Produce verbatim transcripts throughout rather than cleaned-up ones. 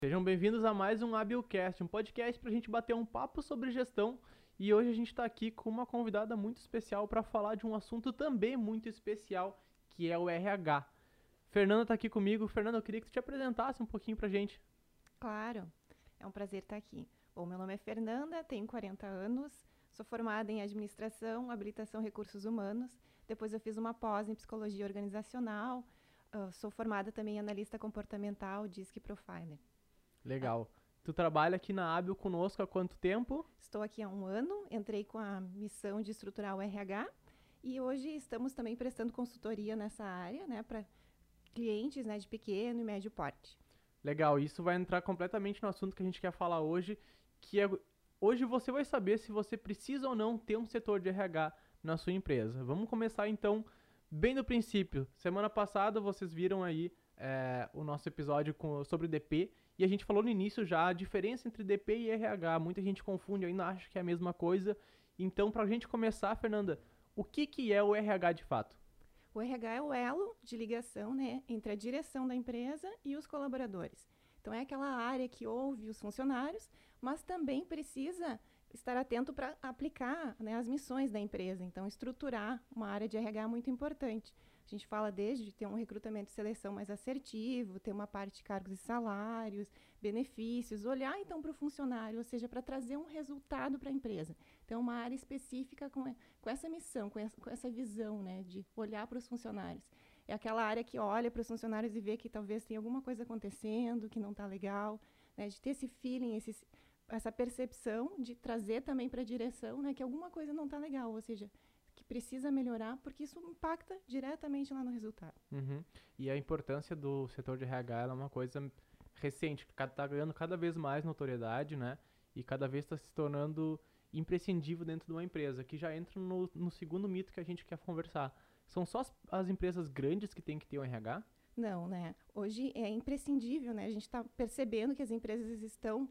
Sejam bem-vindos a mais um Habilcast, um podcast para a gente bater um papo sobre gestão. E hoje a gente está aqui com uma convidada muito especial para falar de um assunto também muito especial, que é o R H. Fernanda está aqui comigo. Fernanda, eu queria que tu te apresentasse um pouquinho para a gente. Claro, é um prazer estar aqui. Bom, meu nome é Fernanda, tenho quarenta anos, sou formada em Administração, Habilitação e Recursos Humanos. Depois eu fiz uma pós em Psicologia Organizacional, uh, sou formada também em Analista Comportamental, D I S C Profiler. Legal. Tu trabalha aqui na Habil conosco há quanto tempo? Estou aqui há um ano, entrei com a missão de estruturar o R H e hoje estamos também prestando consultoria nessa área, né, para clientes, né, de pequeno e médio porte. Legal, isso vai entrar completamente no assunto que a gente quer falar hoje, que é hoje você vai saber se você precisa ou não ter um setor de R H na sua empresa. Vamos começar então bem do princípio. Semana passada vocês viram aí é, o nosso episódio com, sobre D P e a gente falou no início já a diferença entre D P e R H. Muita gente confunde, ainda acha que é a mesma coisa. Então, para a gente começar, Fernanda, o que, que é o R H de fato? O R H é o elo de ligação, né, entre a direção da empresa e os colaboradores. Então, é aquela área que ouve os funcionários, mas também precisa estar atento para aplicar, né, as missões da empresa. Então, estruturar uma área de R H é muito importante. A gente fala desde ter um recrutamento e seleção mais assertivo, ter uma parte de cargos e salários, benefícios, olhar então para o funcionário, ou seja, para trazer um resultado para a empresa. Então, uma área específica com, com essa missão, com essa, com essa visão, né, de olhar para os funcionários. É aquela área que olha para os funcionários e vê que talvez tenha alguma coisa acontecendo, que não está legal, né, de ter esse feeling, esse, essa percepção de trazer também para a direção, né, que alguma coisa não está legal, ou seja, que precisa melhorar, porque isso impacta diretamente lá no resultado. Uhum. E a importância do setor de R H é uma coisa recente, que está ganhando cada vez mais notoriedade, né? E cada vez está se tornando imprescindível dentro de uma empresa, que já entra no, no segundo mito que a gente quer conversar. São só as, as empresas grandes que têm que ter um R H? Não, né? Hoje é imprescindível, né? A gente está percebendo que as empresas estão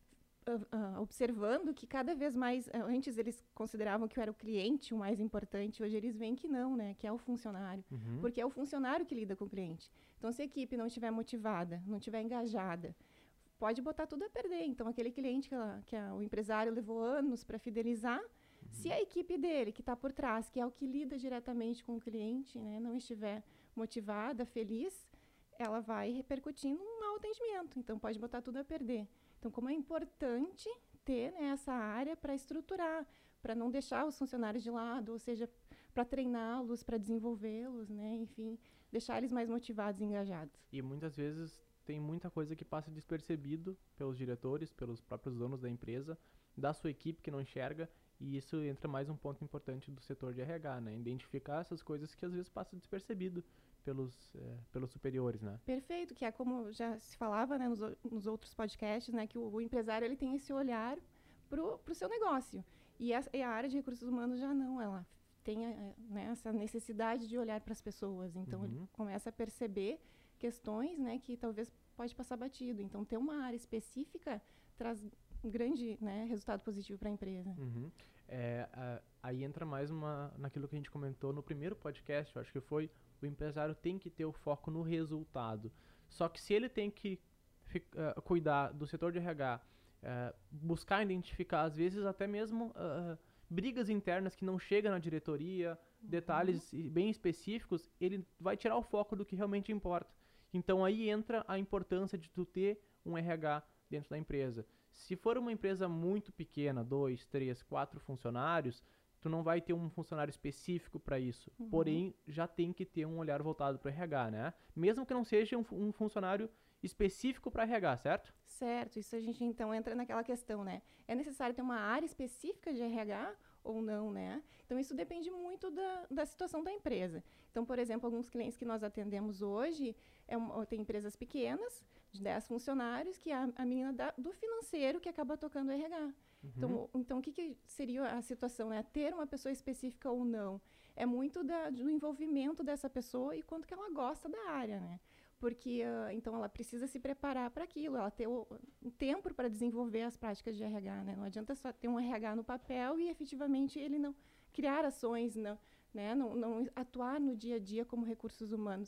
Uh, uh, observando que cada vez mais, uh, antes eles consideravam que era o cliente o mais importante, hoje eles veem que não, né? Que é o funcionário. Uhum. Porque é o funcionário que lida com o cliente. Então, se a equipe não estiver motivada, não estiver engajada, pode botar tudo a perder. Então, aquele cliente que, ela, que a, o empresário levou anos para fidelizar, uhum. Se a equipe dele, que está por trás, que é o que lida diretamente com o cliente, né, não estiver motivada, feliz, ela vai repercutindo um mau atendimento. Então, pode botar tudo a perder. Então, como é importante ter, né, essa área para estruturar, para não deixar os funcionários de lado, ou seja, para treiná-los, para desenvolvê-los, né, enfim, deixar eles mais motivados e engajados. E muitas vezes tem muita coisa que passa despercebido pelos diretores, pelos próprios donos da empresa, da sua equipe que não enxerga, e isso entra mais um ponto importante do setor de R H, né, identificar essas coisas que às vezes passam despercebido pelos, é, pelos superiores, né? Perfeito, que é como já se falava, né, nos, nos outros podcasts, né, que o, o empresário ele tem esse olhar para o seu negócio. E a, e a área de recursos humanos já não, ela tem né, essa necessidade de olhar para as pessoas. Então, uhum. Ele começa a perceber questões, né, que talvez pode passar batido. Então, ter uma área específica traz um grande, né, resultado positivo para a empresa. Uhum. É, a, aí entra mais uma, naquilo que a gente comentou no primeiro podcast, eu acho que foi o empresário tem que ter o foco no resultado. Só que se ele tem que uh, cuidar do setor de R H, uh, buscar identificar, às vezes, até mesmo uh, brigas internas que não chegam na diretoria, uhum. detalhes bem específicos, ele vai tirar o foco do que realmente importa. Então aí entra a importância de tu ter um R H dentro da empresa. Se for uma empresa muito pequena, dois, três, quatro funcionários, tu não vai ter um funcionário específico para isso. Uhum. Porém, já tem que ter um olhar voltado para R H, né? Mesmo que não seja um, um funcionário específico para R H, certo? Certo. Isso a gente, então, entra naquela questão, né? É necessário ter uma área específica de R H ou não, né? Então, isso depende muito da, da situação da empresa. Então, por exemplo, alguns clientes que nós atendemos hoje, é um, tem empresas pequenas, de dez funcionários, que é a, a menina da, do financeiro que acaba tocando o R H. Uhum. Então, então, o que, que seria a situação, né? Ter uma pessoa específica ou não? É muito da, do envolvimento dessa pessoa e quanto que ela gosta da área, né? Porque, uh, então, ela precisa se preparar para aquilo, ela ter o, o tempo para desenvolver as práticas de R H, né? Não adianta só ter um R H no papel e, efetivamente, ele não criar ações, não, né? não, não atuar no dia a dia como recursos humanos.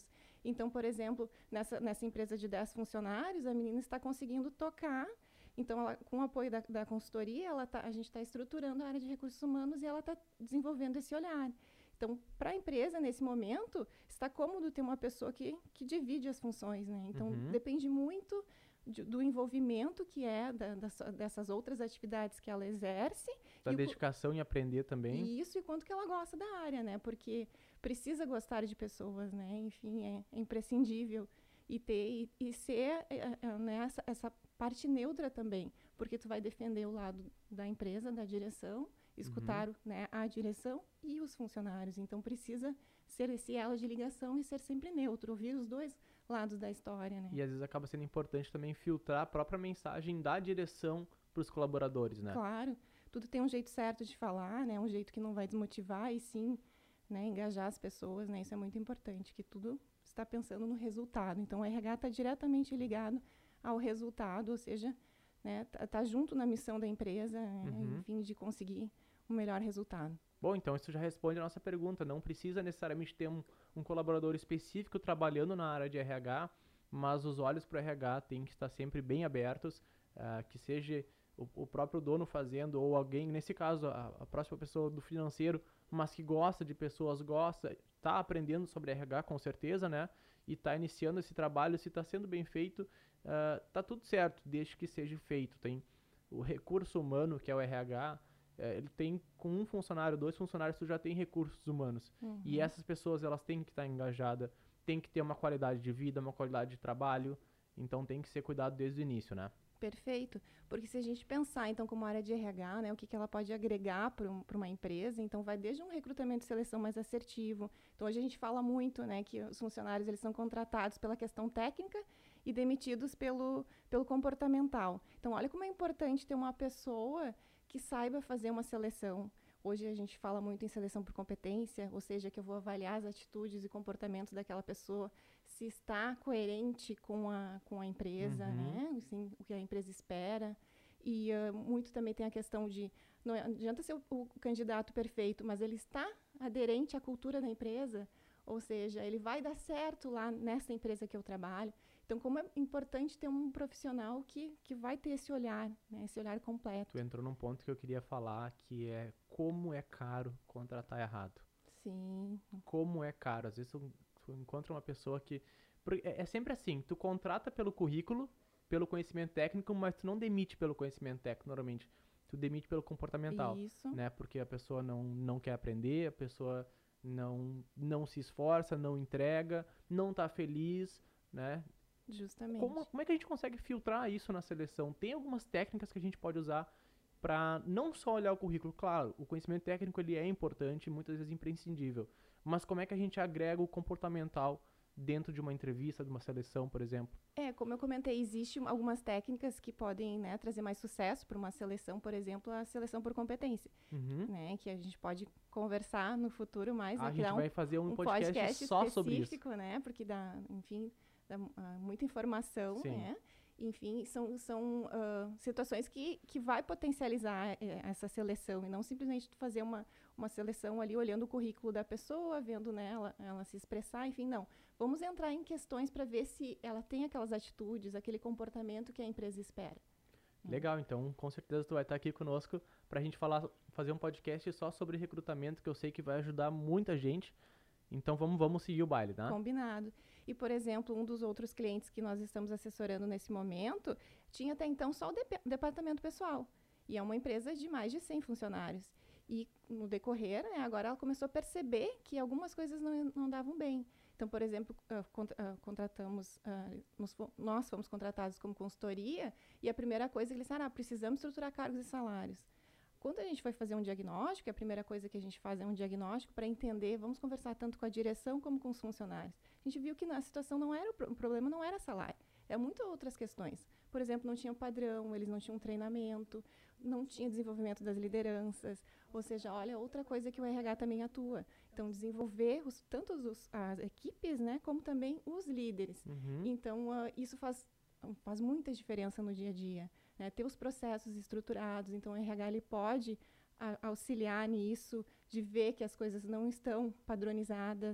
Então, por exemplo, nessa, nessa empresa de dez funcionários, a menina está conseguindo tocar. Então, ela, com o apoio da, da consultoria, ela tá, a gente está estruturando a área de recursos humanos e ela está desenvolvendo esse olhar. Então, para a empresa, nesse momento, está cômodo ter uma pessoa que, que divide as funções, né? Então, Uhum. depende muito de, do envolvimento que é da, das, dessas outras atividades que ela exerce. Da e dedicação o, em aprender também. E isso e quanto que ela gosta da área, né? Porque precisa gostar de pessoas, né? Enfim, é, é imprescindível. E, ter, e, e ser é, é, né, essa, essa parte neutra também. Porque tu vai defender o lado da empresa, da direção, escutar Uhum. né, a direção e os funcionários. Então, precisa ser esse elo de ligação e ser sempre neutro, ouvir os dois lados da história, né? E às vezes acaba sendo importante também filtrar a própria mensagem da direção para os colaboradores, né? Claro, tudo tem um jeito certo de falar, né? Um jeito que não vai desmotivar e sim, né, engajar as pessoas, né? Isso é muito importante, que tudo está pensando no resultado. Então, o R H está diretamente ligado ao resultado, ou seja, né, tá, tá junto na missão da empresa, Uhum. enfim, de conseguir um melhor resultado. Bom, então isso já responde a nossa pergunta. Não precisa necessariamente ter um, um colaborador específico trabalhando na área de R H, mas os olhos para o R H têm que estar sempre bem abertos, uh, que seja o, o próprio dono fazendo ou alguém, nesse caso, a, a próxima pessoa do financeiro, mas que gosta de pessoas, gosta, está aprendendo sobre R H com certeza, né? E está iniciando esse trabalho, se está sendo bem feito, uh, tá tudo certo, desde que seja feito. Tem o recurso humano, que é o R H, é, ele tem com um funcionário, dois funcionários, tu já tem recursos humanos. Uhum. E essas pessoas, elas têm que estar engajadas, têm que ter uma qualidade de vida, uma qualidade de trabalho, então tem que ser cuidado desde o início, né? Perfeito, porque se a gente pensar, então, como área de R H, né, o que, que ela pode agregar para um, uma empresa, então vai desde um recrutamento e seleção mais assertivo. Então, hoje a gente fala muito, né, que os funcionários eles são contratados pela questão técnica e demitidos pelo, pelo comportamental. Então, olha como é importante ter uma pessoa que saiba fazer uma seleção. Hoje a gente fala muito em seleção por competência, ou seja, que eu vou avaliar as atitudes e comportamentos daquela pessoa, se está coerente com a, com a empresa, Uhum. né? Assim, o que a empresa espera. E uh, muito também tem a questão de, não adianta ser o, o candidato perfeito, mas ele está aderente à cultura da empresa, ou seja, ele vai dar certo lá nessa empresa que eu trabalho. Então, como é importante ter um profissional que, que vai ter esse olhar, né, esse olhar completo. Tu entrou num ponto que eu queria falar, que é como é caro contratar errado. Sim. Como é caro. Às vezes tu, tu encontra uma pessoa que... É, é sempre assim, tu contrata pelo currículo, pelo conhecimento técnico, mas tu não demite pelo conhecimento técnico, normalmente. Tu demite pelo comportamental. Isso. Né? Porque a pessoa não, não quer aprender, a pessoa não, não se esforça, não entrega, não tá feliz, né? Justamente. Como, como é que a gente consegue filtrar isso na seleção? Tem algumas técnicas que a gente pode usar para não só olhar o currículo. Claro, o conhecimento técnico ele é importante, muitas vezes imprescindível. Mas como é que a gente agrega o comportamental dentro de uma entrevista, de uma seleção, por exemplo? É, como eu comentei, existem algumas técnicas que podem, né, trazer mais sucesso para uma seleção, por exemplo, a seleção por competência, uhum. né, que a gente pode conversar no futuro mais, né, A gente dá um, vai fazer um, um podcast, podcast só sobre isso. específico, né, porque dá, enfim, dá uh, muita informação, Sim. né, enfim, são, são uh, situações que, que vai potencializar eh, essa seleção e não simplesmente fazer uma, uma seleção ali olhando o currículo da pessoa, vendo né, ela, ela se expressar, enfim, não. Vamos entrar em questões para ver se ela tem aquelas atitudes, aquele comportamento que a empresa espera. Legal, então com certeza tu vai estar aqui conosco para a gente falar, fazer um podcast só sobre recrutamento, que eu sei que vai ajudar muita gente. Então vamos, vamos seguir o baile, tá? Combinado. E, por exemplo, um dos outros clientes que nós estamos assessorando nesse momento tinha até então só o de- departamento pessoal. E é uma empresa de mais de cem funcionários. E no decorrer, né, agora ela começou a perceber que algumas coisas não, não davam bem. Então, por exemplo, uh, contra, uh, contratamos, uh, nos, nós fomos contratados como consultoria e a primeira coisa que eles disseram, ah, precisamos estruturar cargos e salários. Quando a gente foi fazer um diagnóstico, a primeira coisa que a gente faz é um diagnóstico para entender, vamos conversar tanto com a direção como com os funcionários. A gente viu que a situação não era, o problema não era salário, é muitas outras questões. Por exemplo, não tinha padrão, eles não tinham treinamento, não tinha desenvolvimento das lideranças, ou seja, olha, outra coisa que o R H também atua. Então, desenvolver os, tanto os, as equipes, né, como também os líderes. Uhum. Então, uh, isso faz, faz muita diferença no dia a dia. Né, ter os processos estruturados, então o R H ele pode a, auxiliar nisso, de ver que as coisas não estão padronizadas,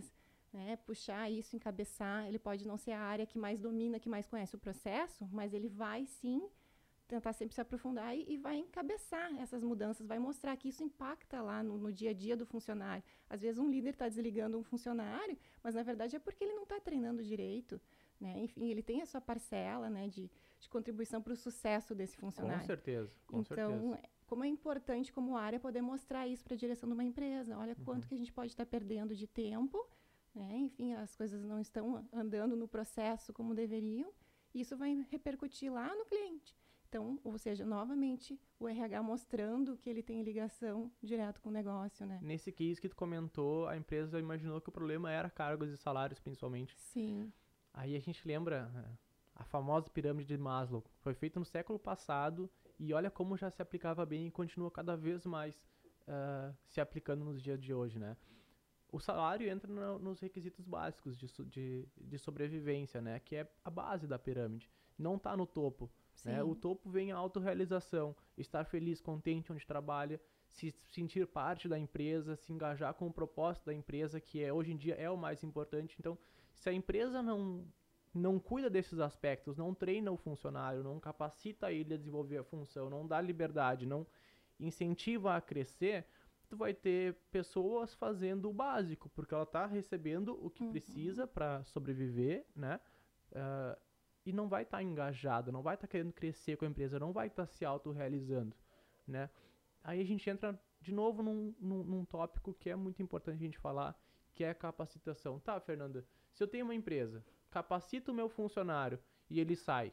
né, puxar isso, encabeçar. Ele pode não ser a área que mais domina, que mais conhece o processo, mas ele vai sim tentar sempre se aprofundar e, e vai encabeçar essas mudanças, vai mostrar que isso impacta lá no, no dia a dia do funcionário. Às vezes um líder está desligando um funcionário, mas na verdade é porque ele não está treinando direito, né? Enfim, ele tem a sua parcela, né, de, de contribuição para o sucesso desse funcionário. Com certeza, com então, certeza. como é importante como área poder mostrar isso para a direção de uma empresa. Olha uhum. quanto que a gente pode estar tá perdendo de tempo, né? Enfim, as coisas não estão andando no processo como deveriam, e isso vai repercutir lá no cliente. Então, ou seja, novamente, o R H mostrando que ele tem ligação direto com o negócio, né? Nesse case que tu comentou, a empresa imaginou que o problema era cargos e salários, principalmente. Sim. Aí a gente lembra a famosa pirâmide de Maslow. Foi feita no século passado e olha como já se aplicava bem e continua cada vez mais uh, se aplicando nos dias de hoje, né? O salário entra no, nos requisitos básicos de, de, de sobrevivência, né? Que é a base da pirâmide. Não está no topo. Né? O topo vem a autorrealização, estar feliz, contente onde trabalha, se sentir parte da empresa, se engajar com o propósito da empresa, que é, hoje em dia é o mais importante. Então, se a empresa não, não cuida desses aspectos, não treina o funcionário, não capacita ele a desenvolver a função, não dá liberdade, não incentiva a crescer, tu vai ter pessoas fazendo o básico, porque ela está recebendo o que uhum. precisa para sobreviver, né? Uh, e não vai estar tá engajada, não vai estar tá querendo crescer com a empresa, não vai estar tá se autorrealizando, né? Aí a gente entra de novo num, num, num tópico que é muito importante a gente falar, que é a capacitação. Tá, Fernanda, se eu tenho uma empresa, capacito o meu funcionário e ele sai,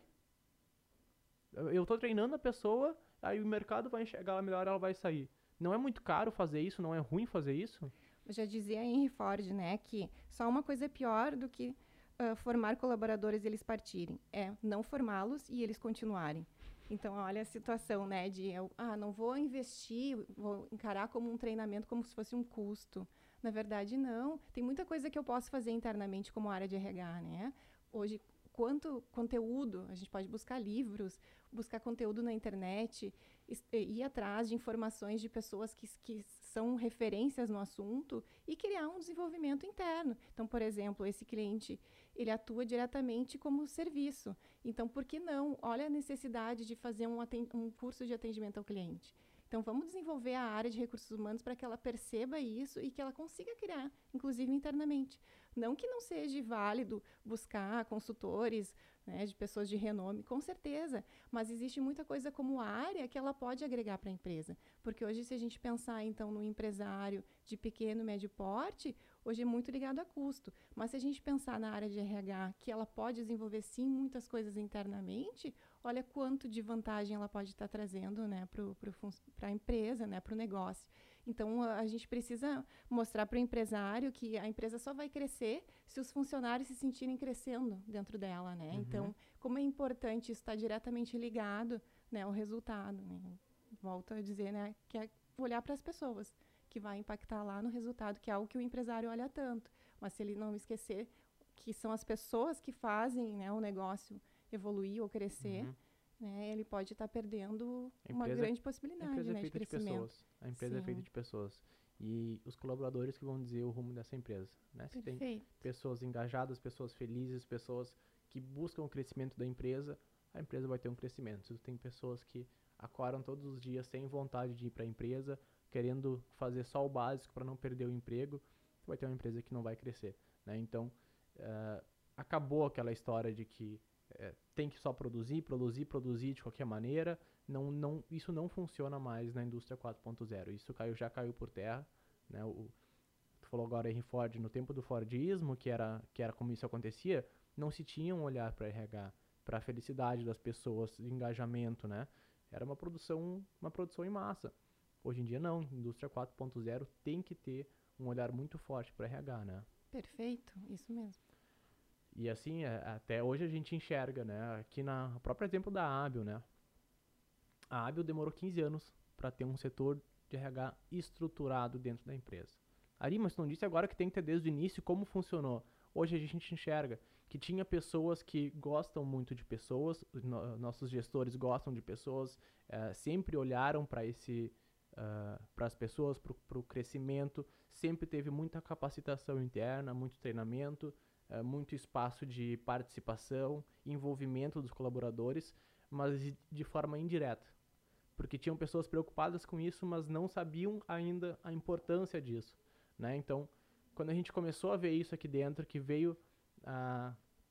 eu estou treinando a pessoa, aí o mercado vai enxergar ela melhor, ela vai sair. Não é muito caro fazer isso? Não é ruim fazer isso? Eu já dizia Henry Ford, né, que só uma coisa é pior do que Uh, formar colaboradores e eles partirem. É não formá-los e eles continuarem. Então, olha a situação, né, de eu, ah, não vou investir, vou encarar como um treinamento como se fosse um custo. Na verdade, não. Tem muita coisa que eu posso fazer internamente como área de R H, né? Hoje, quanto conteúdo, a gente pode buscar livros, buscar conteúdo na internet, ir atrás de informações de pessoas que, que são referências no assunto e criar um desenvolvimento interno. Então, por exemplo, esse cliente, ele atua diretamente como serviço. Então, por que não? Olha a necessidade de fazer um, um curso de atendimento ao cliente. Então, vamos desenvolver a área de recursos humanos para que ela perceba isso e que ela consiga criar, inclusive internamente. Não que não seja válido buscar consultores, né, de pessoas de renome, com certeza, mas existe muita coisa como área que ela pode agregar para a empresa. Porque hoje, se a gente pensar, então, no empresário de pequeno, médio porte, hoje é muito ligado a custo. Mas se a gente pensar na área de R H, que ela pode desenvolver, sim, muitas coisas internamente, olha quanto de vantagem ela pode estar trazendo, né, para a empresa, né, para o negócio. Então, a, a gente precisa mostrar para o empresário que a empresa só vai crescer se os funcionários se sentirem crescendo dentro dela, né? Uhum. Então, como é importante isso estar diretamente ligado, né, ao resultado, né? Volto a dizer, né, que é olhar para as pessoas, que vai impactar lá no resultado, que é algo que o empresário olha tanto. Mas se ele não esquecer que são as pessoas que fazem, né, o negócio evoluir ou crescer, uhum. né, ele pode estar perdendo uma grande possibilidade, a empresa né, é feita de crescimento. De pessoas. A empresa Sim. é feita de pessoas. E os colaboradores que vão dizer o rumo dessa empresa. Né? Se Perfeito. tem pessoas engajadas, pessoas felizes, pessoas que buscam o crescimento da empresa, a empresa vai ter um crescimento. Se tem pessoas que acordam todos os dias sem vontade de ir para a empresa, querendo fazer só o básico para não perder o emprego, vai ter uma empresa que não vai crescer. Né? Então, uh, acabou aquela história de que uh, tem que só produzir, produzir, produzir de qualquer maneira. Não, não, isso não funciona mais na indústria quatro ponto zero. Isso caiu, já caiu por terra. Né? O, tu falou agora Henry Ford, no tempo do Fordismo, que era, que era como isso acontecia, não se tinha um olhar para R H, para a felicidade das pessoas, engajamento, né? Era uma produção, uma produção em massa. Hoje em dia não, indústria quatro ponto zero tem que ter um olhar muito forte para R H, né? Perfeito, isso mesmo. E assim, é, até hoje a gente enxerga, né? Aqui na próprio exemplo da Abil, né? A Abil demorou quinze anos para ter um setor de R H estruturado dentro da empresa. Ari, mas tu não disse agora que tem que ter desde o início como funcionou. Hoje a gente enxerga que tinha pessoas que gostam muito de pessoas, no, nossos gestores gostam de pessoas, é, sempre olharam para esse uh, para as pessoas, para o crescimento. Sempre teve muita capacitação interna, muito treinamento, uh, muito espaço de participação, envolvimento dos colaboradores, mas de forma indireta. Porque tinham pessoas preocupadas com isso, mas não sabiam ainda a importância disso, né? Então, quando a gente começou a ver isso aqui dentro, que veio a,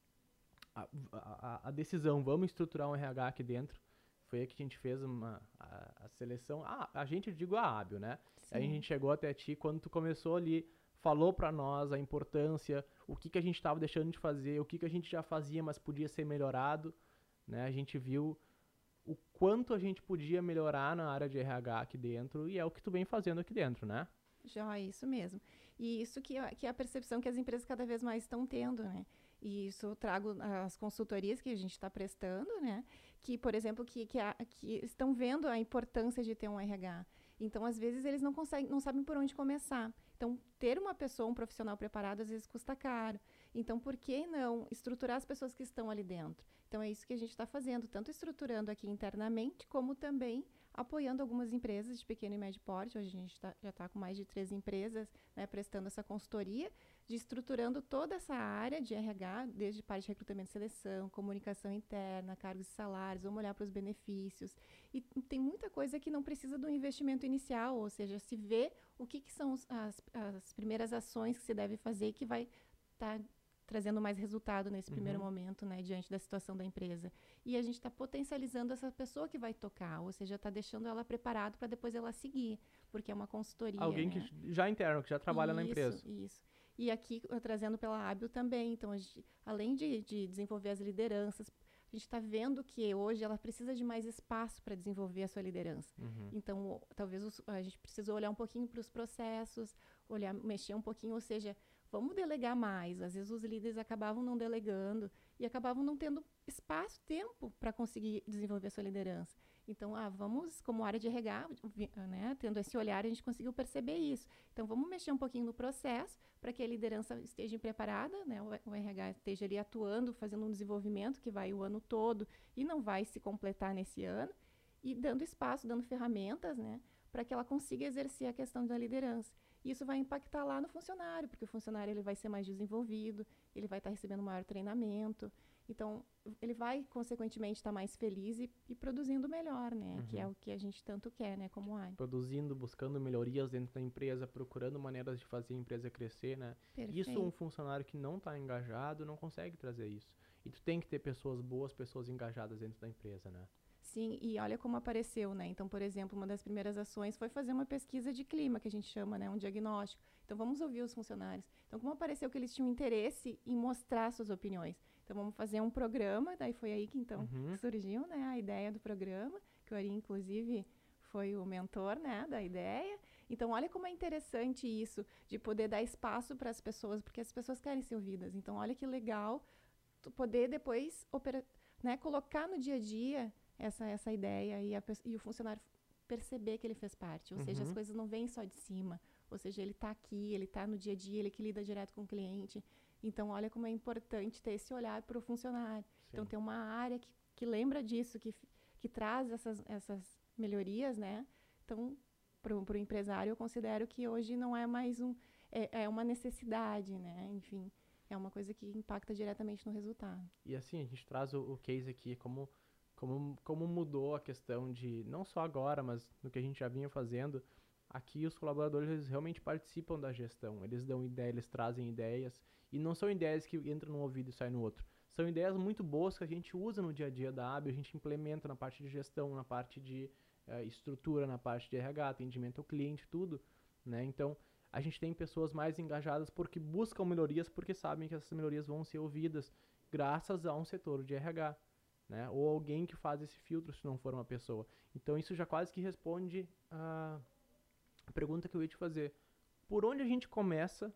a, a, a decisão, vamos estruturar um R H aqui dentro, foi aí que a gente fez uma, a, a seleção, ah, a gente, eu digo a Hábil, né? Sim. Aí a gente chegou até ti, quando tu começou ali, falou para nós a importância, o que, que a gente estava deixando de fazer, o que, que a gente já fazia, mas podia ser melhorado, né? A gente viu o quanto a gente podia melhorar na área de R H aqui dentro, e é o que tu vem fazendo aqui dentro, né? Já, isso mesmo. E isso que, que é a percepção que as empresas cada vez mais estão tendo, né? E isso eu trago as consultorias que a gente está prestando, né? Que, por exemplo, que, que, a, que estão vendo a importância de ter um R H. Então, às vezes, eles não conseguem, não sabem por onde começar. Então, ter uma pessoa, um profissional preparado, às vezes custa caro. Então, por que não estruturar as pessoas que estão ali dentro? Então, é isso que a gente está fazendo, tanto estruturando aqui internamente, como também apoiando algumas empresas de pequeno e médio porte. Hoje a gente tá, já está com mais de três empresas, né, prestando essa consultoria, de estruturando toda essa área de R H, desde parte de recrutamento e seleção, comunicação interna, cargos e salários, vamos olhar para os benefícios. E tem muita coisa que não precisa do investimento inicial, ou seja, se vê o que, que são as, as primeiras ações que se deve fazer que vai estar tá trazendo mais resultado nesse uhum. primeiro momento, né, diante da situação da empresa. E a gente está potencializando essa pessoa que vai tocar, ou seja, está deixando ela preparada para depois ela seguir, porque é uma consultoria. Alguém né? que já interno, que já trabalha isso, na empresa. Isso, isso. E aqui, uh, trazendo pela Hábil também, então, a gente, além de, de desenvolver as lideranças, a gente está vendo que hoje ela precisa de mais espaço para desenvolver a sua liderança. Uhum. Então, talvez os, a gente precisa olhar um pouquinho para os processos, olhar, mexer um pouquinho, ou seja, vamos delegar mais. Às vezes os líderes acabavam não delegando e acabavam não tendo espaço, tempo para conseguir desenvolver a sua liderança. Então, ah, vamos, como área de R H, né, tendo esse olhar, a gente conseguiu perceber isso. Então, vamos mexer um pouquinho no processo para que a liderança esteja preparada, né, o R H esteja ali atuando, fazendo um desenvolvimento que vai o ano todo e não vai se completar nesse ano, e dando espaço, dando ferramentas, né, para que ela consiga exercer a questão da liderança. E isso vai impactar lá no funcionário, porque o funcionário ele vai ser mais desenvolvido, ele vai estar recebendo maior treinamento. Então, ele vai, consequentemente, estar mais feliz e, e produzindo melhor, né? Uhum. Que é o que a gente tanto quer, né? Como área. Produzindo, buscando melhorias dentro da empresa, procurando maneiras de fazer a empresa crescer, né? Perfeito. Isso, um funcionário que não está engajado não consegue trazer isso. E tu tem que ter pessoas boas, pessoas engajadas dentro da empresa, né? Sim, e olha como apareceu, né? Então, por exemplo, uma das primeiras ações foi fazer uma pesquisa de clima, que a gente chama, né? Um diagnóstico. Então, vamos ouvir os funcionários. Então, como apareceu que eles tinham interesse em mostrar suas opiniões? Então, vamos fazer um programa, daí foi aí que, então, uhum. surgiu, né? A ideia do programa, que o Ari, inclusive, foi o mentor, né? Da ideia. Então, olha como é interessante isso, de poder dar espaço para as pessoas, porque as pessoas querem ser ouvidas. Então, olha que legal tu poder depois, opera, né? Colocar no dia a dia essa, essa ideia e, a, e o funcionário perceber que ele fez parte. Ou uhum. seja, as coisas não vêm só de cima. Ou seja, ele está aqui, ele está no dia a dia, ele que lida direto com o cliente. Então, olha como é importante ter esse olhar para o funcionário. Sim. Então, ter uma área que, que lembra disso, que, que traz essas, essas melhorias, né? Então, para o empresário, eu considero que hoje não é mais um... É, é uma necessidade, né? Enfim, é uma coisa que impacta diretamente no resultado. E assim, a gente traz o, o case aqui como... Como, como mudou a questão de, não só agora, mas no que a gente já vinha fazendo, aqui os colaboradores eles realmente participam da gestão, eles dão ideias, eles trazem ideias, e não são ideias que entram num ouvido e saem no outro. São ideias muito boas que a gente usa no dia a dia da Hábil, a gente implementa na parte de gestão, na parte de uh, estrutura, na parte de R H, atendimento ao cliente, tudo, né? Então, a gente tem pessoas mais engajadas porque buscam melhorias, porque sabem que essas melhorias vão ser ouvidas graças a um setor de R H. Né? Ou alguém que faz esse filtro se não for uma pessoa. Então isso já quase que responde a pergunta que eu ia te fazer. Por onde a gente começa?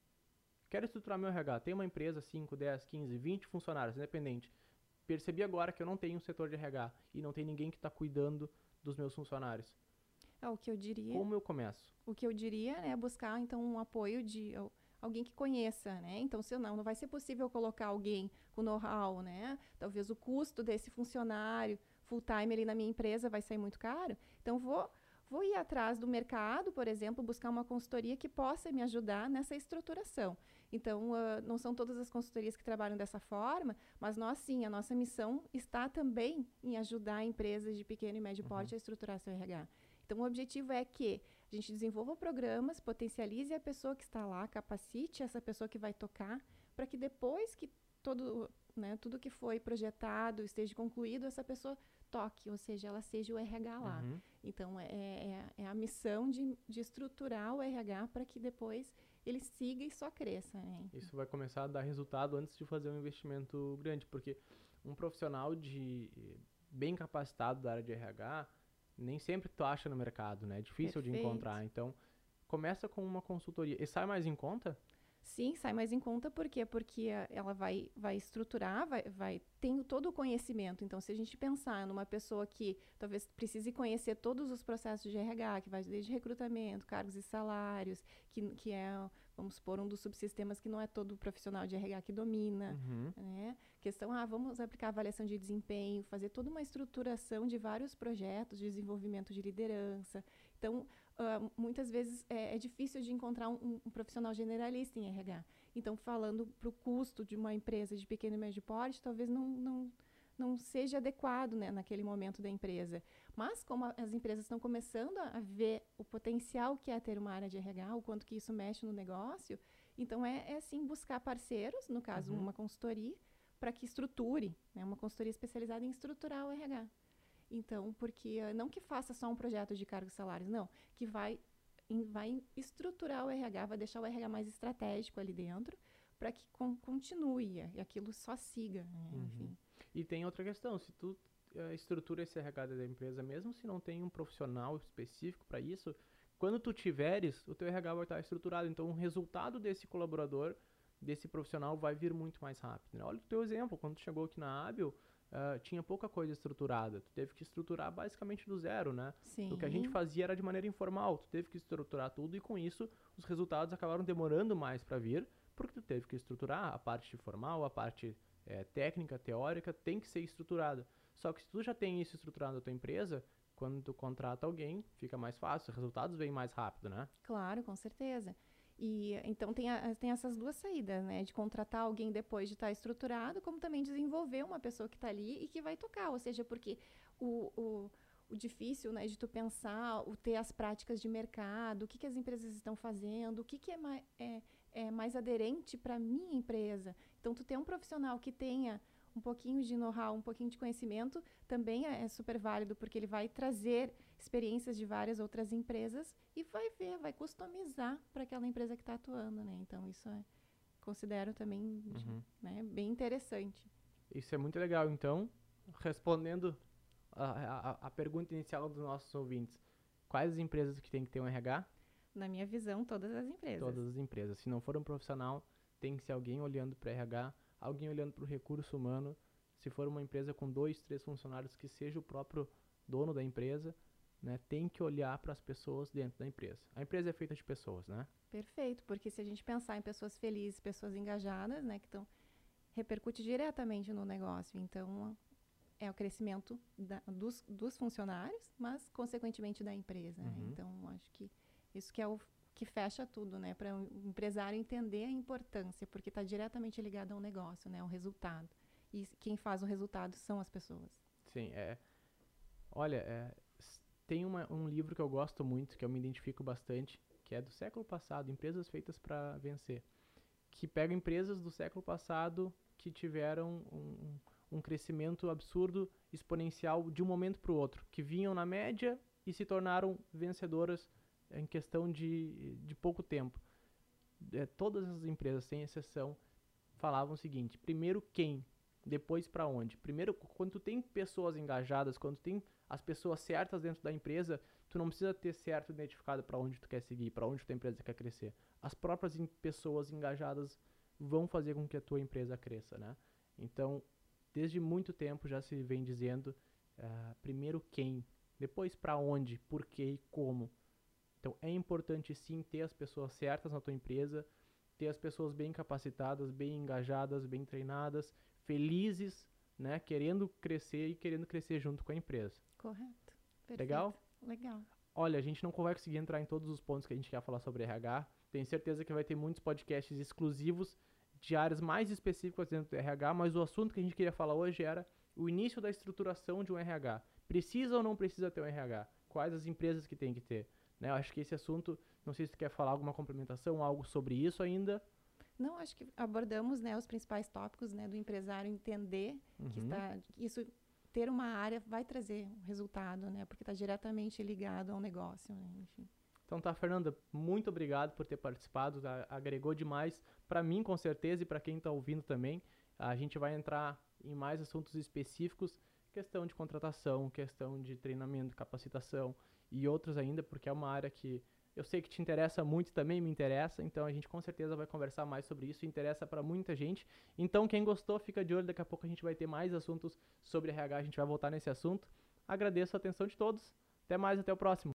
Quero estruturar meu R H. Tem uma empresa, cinco, dez, quinze, vinte funcionários, independente. Percebi agora que eu não tenho um setor de R H e não tem ninguém que está cuidando dos meus funcionários. É, o que eu diria... Como eu começo? O que eu diria é buscar, então, um apoio de... alguém que conheça, né? Então, se não, não vai ser possível colocar alguém com know-how, né? Talvez o custo desse funcionário full-time ali na minha empresa vai sair muito caro. Então, vou, vou ir atrás do mercado, por exemplo, buscar uma consultoria que possa me ajudar nessa estruturação. Então, uh, não são todas as consultorias que trabalham dessa forma, mas nós sim, a nossa missão está também em ajudar empresas de pequeno e médio porte Uhum. a estruturar seu R H. Então, o objetivo é que a gente desenvolva programas, potencialize a pessoa que está lá, capacite essa pessoa que vai tocar, para que depois que todo, né, tudo que foi projetado esteja concluído, essa pessoa toque, ou seja, ela seja o R H lá. Uhum. Então, é, é, é a missão de, de estruturar o R H para que depois ele siga e só cresça. Né? Isso vai começar a dar resultado antes de fazer um investimento grande, porque um profissional de bem capacitado da área de R H, nem sempre tu acha no mercado, né? É difícil Perfeito. de encontrar. Então, começa com uma consultoria. E sai mais em conta? Sim, sai mais em conta, por quê? Porque a- ela vai, vai estruturar, vai, vai tem todo o conhecimento. Então, se a gente pensar numa pessoa que talvez precise conhecer todos os processos de R H, que vai desde recrutamento, cargos e salários, que, que é, vamos supor, um dos subsistemas que não é todo profissional de R H que domina, Uhum. né? Questão, ah, vamos aplicar avaliação de desempenho, fazer toda uma estruturação de vários projetos de desenvolvimento de liderança. Então, Uh, muitas vezes é, é difícil de encontrar um, um, um profissional generalista em R H. Então, falando para o custo de uma empresa de pequeno e médio porte, talvez não, não, não seja adequado, né, naquele momento da empresa. Mas, como a, as empresas estão começando a, a ver o potencial que é ter uma área de R H, o quanto que isso mexe no negócio, então é, é sim buscar parceiros, no caso Uhum. uma consultoria, para que estruture, né, uma consultoria especializada em estruturar o R H. Então, porque uh, não que faça só um projeto de cargos e salários, não, que vai, em, vai estruturar o R H, vai deixar o R H mais estratégico ali dentro, para que con continue e aquilo só siga, né? Uhum. Enfim. E tem outra questão, se tu uh, estrutura esse R H da empresa, mesmo se não tem um profissional específico para isso, quando tu tiveres, o teu R H vai estar estruturado, então o resultado desse colaborador, desse profissional, vai vir muito mais rápido, né? Olha o teu exemplo, quando tu chegou aqui na Abil, Uh, tinha pouca coisa estruturada. Tu teve que estruturar basicamente do zero, né? Sim. O que a gente fazia era de maneira informal. Tu teve que estruturar tudo e com isso os resultados acabaram demorando mais para vir, porque tu teve que estruturar a parte formal, a parte é, técnica, teórica, tem que ser estruturada. Só que se tu já tem isso estruturado na tua empresa, quando tu contrata alguém, fica mais fácil, os resultados vêm mais rápido, né? Claro, com certeza. E então tem, a, tem essas duas saídas, né? De contratar alguém depois de estar estruturado, como também desenvolver uma pessoa que está ali e que vai tocar. Ou seja, porque o, o, o difícil, né, de tu pensar, o ter as práticas de mercado, o que, que as empresas estão fazendo, o que, que é, mais, é, é mais aderente para a minha empresa. Então, tu ter um profissional que tenha um pouquinho de know-how, um pouquinho de conhecimento, também é, é super válido, porque ele vai trazer experiências de várias outras empresas e vai ver, vai customizar para aquela empresa que está atuando, né? Então, isso é, considero também de, Uhum. né, bem interessante. Isso é muito legal. Então, respondendo a, a, a pergunta inicial dos nossos ouvintes, quais as empresas que tem que ter um R H? Na minha visão, todas as empresas. Todas as empresas. Se não for um profissional, tem que ser alguém olhando para o R H, alguém olhando para o recurso humano. Se for uma empresa com dois, três funcionários, que seja o próprio dono da empresa, né, tem que olhar para as pessoas dentro da empresa. A empresa é feita de pessoas, né? Perfeito, porque se a gente pensar em pessoas felizes, pessoas engajadas, né, que estão repercute diretamente no negócio. Então, é o crescimento da, dos, dos funcionários, mas consequentemente da empresa. Uhum. Né? Então, acho que isso que é o que fecha tudo, né, para o empresário entender a importância, porque está diretamente ligado ao negócio, né, ao resultado. E quem faz o resultado são as pessoas. Sim, é. Olha, é, tem uma, um livro que eu gosto muito, que eu me identifico bastante, que é do século passado, Empresas Feitas para Vencer, que pega empresas do século passado que tiveram um, um crescimento absurdo, exponencial, de um momento para o outro, que vinham na média e se tornaram vencedoras em questão de, de pouco tempo. É, todas as empresas, sem exceção, falavam o seguinte: primeiro quem, depois para onde. Primeiro, quando tu tem pessoas engajadas, quando tu tem as pessoas certas dentro da empresa, tu não precisa ter certo identificado para onde tu quer seguir, para onde tua empresa quer crescer. As próprias pessoas engajadas vão fazer com que a tua empresa cresça, né? Então, desde muito tempo já se vem dizendo uh, primeiro quem, depois para onde, por quê e como. Então, é importante sim ter as pessoas certas na tua empresa, ter as pessoas bem capacitadas, bem engajadas, bem treinadas, felizes, né, querendo crescer e querendo crescer junto com a empresa. Correto. Perfeito. Legal? Legal. olha, a gente não vai conseguir entrar em todos os pontos que a gente quer falar sobre R H. Tenho certeza que vai ter muitos podcasts exclusivos de áreas mais específicas dentro do R H, mas o assunto que a gente queria falar hoje era o início da estruturação de um R H. Precisa ou não precisa ter um R H? Quais as empresas que tem que ter? Né? Eu acho que esse assunto, não sei se tu quer falar alguma complementação, algo sobre isso ainda. Não, acho que abordamos, né, os principais tópicos, né, do empresário entender Uhum. que está, que isso, ter uma área vai trazer um resultado, né, porque está diretamente ligado ao negócio, né, enfim. Então tá, Fernanda, muito obrigado por ter participado, tá? Agregou demais para mim, com certeza, e para quem está ouvindo também. A gente vai entrar em mais assuntos específicos, questão de contratação, questão de treinamento, capacitação e outros ainda, porque é uma área que eu sei que te interessa muito e também me interessa, então a gente com certeza vai conversar mais sobre isso, interessa para muita gente. Então quem gostou, fica de olho, daqui a pouco a gente vai ter mais assuntos sobre R H, a gente vai voltar nesse assunto. Agradeço a atenção de todos, até mais, até o próximo.